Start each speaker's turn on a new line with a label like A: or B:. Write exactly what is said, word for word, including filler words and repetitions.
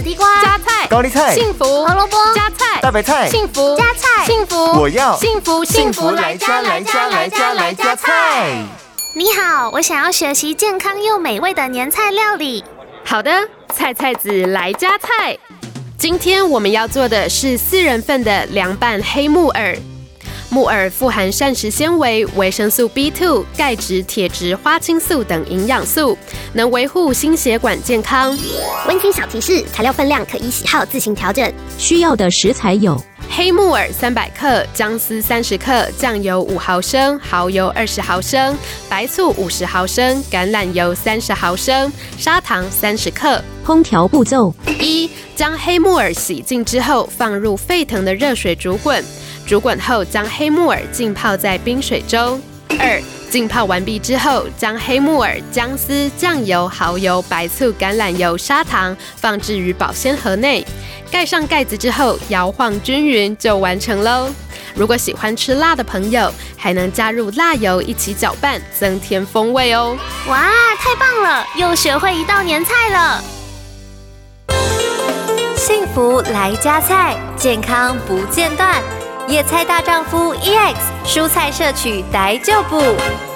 A: 地瓜、
B: 加菜、
C: 高丽菜、
B: 幸福、
A: 胡萝卜、
B: 加菜、
C: 大白菜、
B: 幸福、
A: 加菜、
B: 幸福，
C: 我要
B: 幸福
C: 幸福来家来家来家来家菜。
A: 你好，我想要学习健康又美味的年菜料理。
B: 好的，菜菜子来加菜。今天我们要做的是四人份的凉拌黑木耳。木耳富含膳食纤维、维生素 B 二、钙质、铁质、花青素等营养素，能维护心血管健康。
A: 温馨小提示：材料分量可依喜好自行调整。
D: 需要的食材有：
B: 黑木耳三百克、姜丝三十克、酱油五毫升、蚝油二十毫升、白醋五十毫升、橄榄油三十毫升、砂糖三十克。
D: 烹调步骤：
B: 一、将黑木耳洗净之后，放入沸腾的热水煮滚。煮滚后，将黑木耳浸泡在冰水中。二、浸泡完毕之后，将黑木耳、姜丝、酱油、蚝油、白醋、橄榄油、砂糖放置于保鲜盒内，盖上盖子之后，摇晃均匀就完成喽。如果喜欢吃辣的朋友，还能加入辣油一起搅拌，增添风味哦。
A: 哇，太棒了，又学会一道年菜了。
E: 幸福来加菜，健康不间断。野菜大丈夫 E X 蔬菜摄取逮就补。